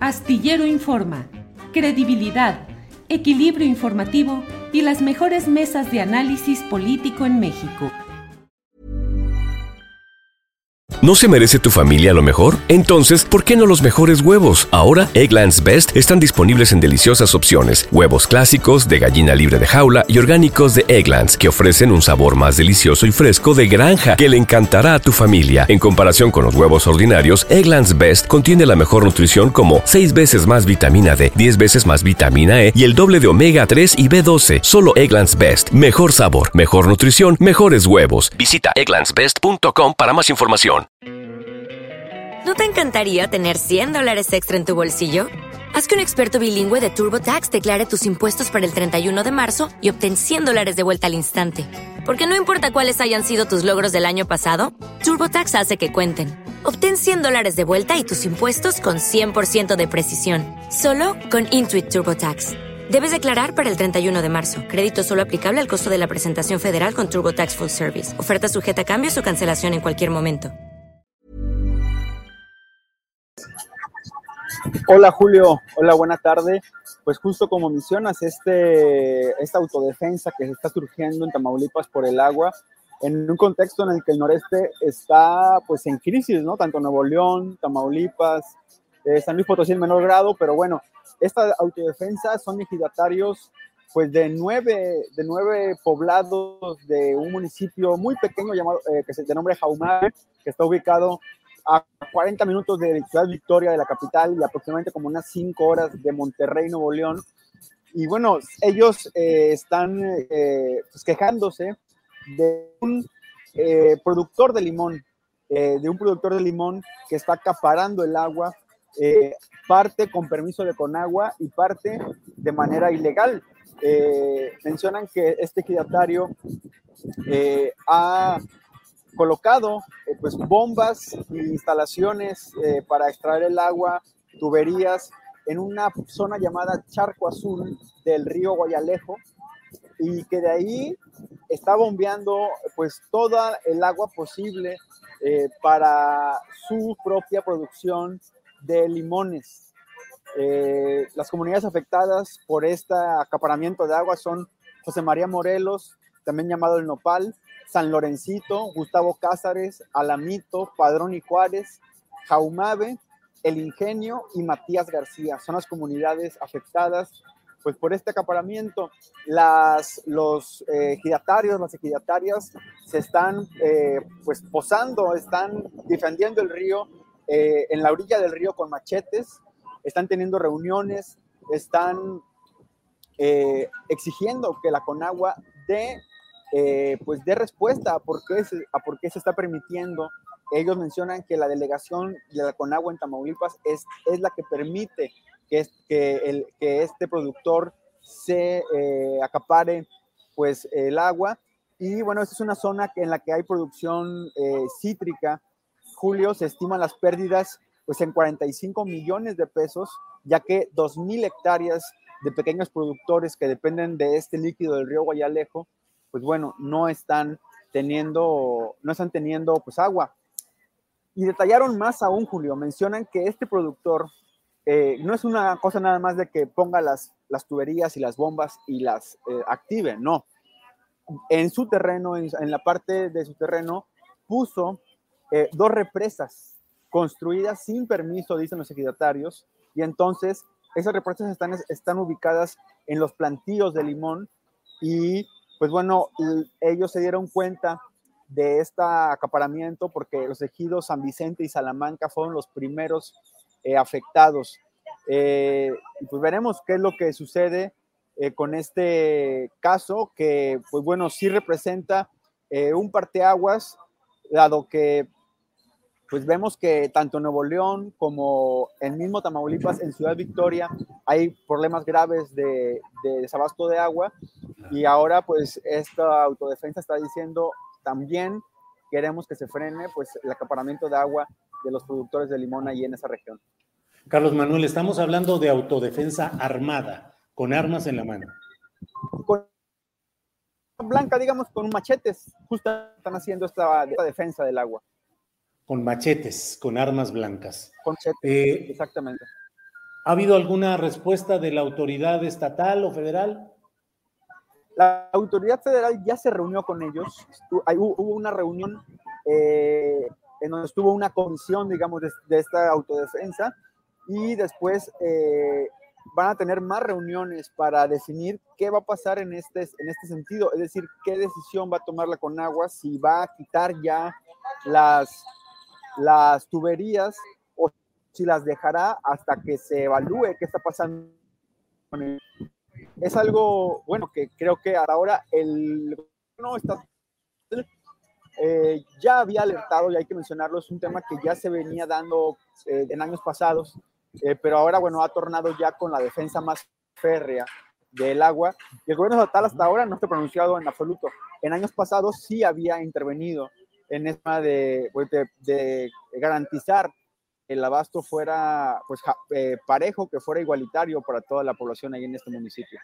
Astillero Informa, credibilidad, equilibrio informativo y las mejores mesas de análisis político en México. ¿No se merece tu familia lo mejor? Entonces, ¿por qué no los mejores huevos? Ahora, Eggland's Best están disponibles en deliciosas opciones. Huevos clásicos, de gallina libre de jaula y orgánicos de Eggland's, que ofrecen un sabor más delicioso y fresco de granja que le encantará a tu familia. En comparación con los huevos ordinarios, Eggland's Best contiene la mejor nutrición como 6 veces más vitamina D, 10 veces más vitamina E y el doble de omega 3 y B12. Solo Eggland's Best. Mejor sabor, mejor nutrición, mejores huevos. Visita egglandsbest.com para más información. ¿No te encantaría tener $100 extra en tu bolsillo? Haz que un experto bilingüe de TurboTax declare tus impuestos para el 31 de marzo y obtén $100 de vuelta al instante. Porque no importa cuáles hayan sido tus logros del año pasado, TurboTax hace que cuenten. Obtén $100 de vuelta y tus impuestos con 100% de precisión. Solo con Intuit TurboTax. Debes declarar para el 31 de marzo. Crédito solo aplicable al costo de la presentación federal con TurboTax Full Service. Oferta sujeta a cambios o cancelación en cualquier momento. Hola Julio, hola, buena tarde. Pues justo como mencionas, esta autodefensa que se está surgiendo en Tamaulipas por el agua, en un contexto en el que el noreste está pues en crisis, ¿no? Tanto Nuevo León, Tamaulipas, San Luis Potosí en menor grado, pero bueno, esta autodefensa son ejidatarios pues de nueve poblados de un municipio muy pequeño llamado, que se denombre Jaumave, que está ubicado a 40 minutos de Ciudad Victoria, de la capital, y aproximadamente como unas 5 horas de Monterrey, Nuevo León. Y bueno, ellos están pues quejándose de un productor de limón, que está acaparando el agua, parte con permiso de Conagua y parte de manera ilegal. Mencionan que este ejidatario ha colocado pues bombas e instalaciones para extraer el agua, tuberías, en una zona llamada Charco Azul del río Guayalejo, y que de ahí está bombeando pues toda el agua posible para su propia producción de limones. Las comunidades afectadas por este acaparamiento de agua son José María Morelos, también llamado El Nopal, San Lorencito, Gustavo Cázares, Alamito, Padrón y Juárez, Jaumave, El Ingenio y Matías García. Son las comunidades afectadas pues, por este acaparamiento. Los ejidatarios, las ejidatarias se están pues, posando, están defendiendo el río en la orilla del río con machetes, están teniendo reuniones, están exigiendo que la Conagua dé respuesta a por qué se está permitiendo. Ellos mencionan que la delegación de la Conagua en Tamaulipas es la que permite que este productor se acapare pues, el agua. Y bueno, esta es una zona en la que hay producción cítrica. Julio, se estiman las pérdidas pues, en 45 millones de pesos, ya que 2,000 hectáreas de pequeños productores que dependen de este líquido del río Guayalejo, pues bueno, no están teniendo pues agua. Y detallaron más aún, Julio, mencionan que este productor no es una cosa nada más de que ponga las tuberías y las bombas y las active, no. En su terreno, en la parte de su terreno, puso 2 represas construidas sin permiso, dicen los ejidatarios, y entonces esas represas están ubicadas en los plantíos de limón. Y pues bueno, ellos se dieron cuenta de este acaparamiento porque los ejidos San Vicente y Salamanca fueron los primeros afectados. Y pues veremos qué es lo que sucede con este caso, que pues bueno, sí representa un parteaguas, dado que pues vemos que tanto en Nuevo León como en mismo Tamaulipas, en Ciudad Victoria, hay problemas graves de desabasto de agua, y ahora pues esta autodefensa está diciendo también queremos que se frene pues el acaparamiento de agua de los productores de limón ahí en esa región. Carlos Manuel, estamos hablando de autodefensa armada, con armas en la mano. Con blanca, digamos, con machetes, justo están haciendo esta defensa del agua. Con machetes, con armas blancas. Con machetes, exactamente. ¿Ha habido alguna respuesta de la autoridad estatal o federal? La autoridad federal ya se reunió con ellos. Hubo una reunión en donde estuvo una comisión, digamos, de esta autodefensa, y después van a tener más reuniones para definir qué va a pasar en este sentido, es decir, qué decisión va a tomar la Conagua, si va a quitar ya las tuberías o si las dejará hasta que se evalúe qué está pasando con él. Es algo, bueno, que creo que ahora el gobierno ya había alertado, y hay que mencionarlo, es un tema que ya se venía dando en años pasados, pero ahora, bueno, ha tornado ya con la defensa más férrea del agua, y el gobierno estatal hasta ahora no se ha pronunciado en absoluto. En años pasados sí había intervenido en el tema de garantizar el abasto fuera pues parejo, que fuera igualitario para toda la población ahí en este municipio.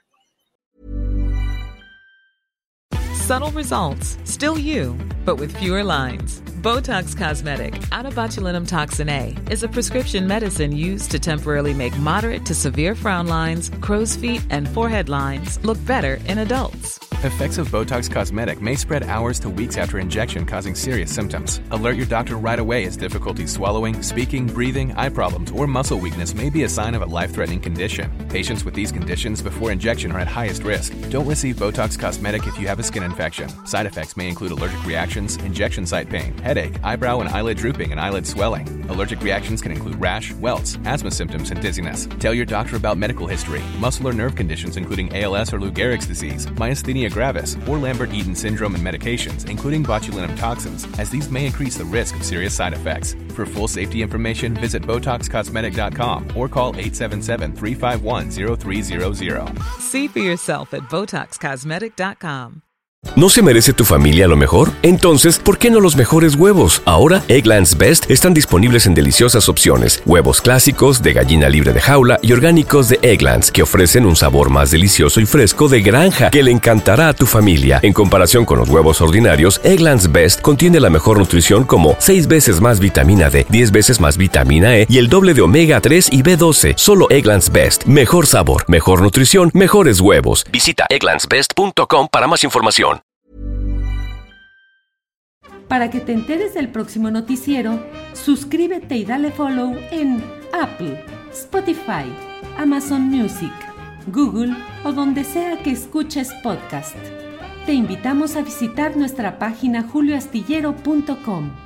Subtle results, still you, but with fewer lines. Botox Cosmetic, out of botulinum toxin A, is a prescription medicine used to temporarily make moderate to severe frown lines, crow's feet, and forehead lines look better in adults. Effects of Botox Cosmetic may spread hours to weeks after injection, causing serious symptoms. Alert your doctor right away as difficulty swallowing, speaking, breathing, eye problems, or muscle weakness may be a sign of a life-threatening condition. Patients with these conditions before injection are at highest risk. Don't receive Botox Cosmetic if you have a skin infection. Side effects may include allergic reactions, injection site pain, headache, eyebrow and eyelid drooping, and eyelid swelling. Allergic reactions can include rash, welts, asthma symptoms, and dizziness. Tell your doctor about medical history, muscle or nerve conditions including ALS or Lou Gehrig's disease, myasthenia gravis, or Lambert-Eaton syndrome, and medications, including botulinum toxins, as these may increase the risk of serious side effects. For full safety information, visit BotoxCosmetic.com or call 877-351-0300. See for yourself at BotoxCosmetic.com. ¿No se merece tu familia lo mejor? Entonces, ¿por qué no los mejores huevos? Ahora, Eggland's Best están disponibles en deliciosas opciones. Huevos clásicos, de gallina libre de jaula y orgánicos de Eggland's, que ofrecen un sabor más delicioso y fresco de granja que le encantará a tu familia. En comparación con los huevos ordinarios, Eggland's Best contiene la mejor nutrición, como 6 veces más vitamina D, 10 veces más vitamina E y el doble de omega 3 y B12. Solo Eggland's Best. Mejor sabor, mejor nutrición, mejores huevos. Visita egglandsbest.com para más información. Para que te enteres del próximo noticiero, suscríbete y dale follow en Apple, Spotify, Amazon Music, Google o donde sea que escuches podcast. Te invitamos a visitar nuestra página julioastillero.com.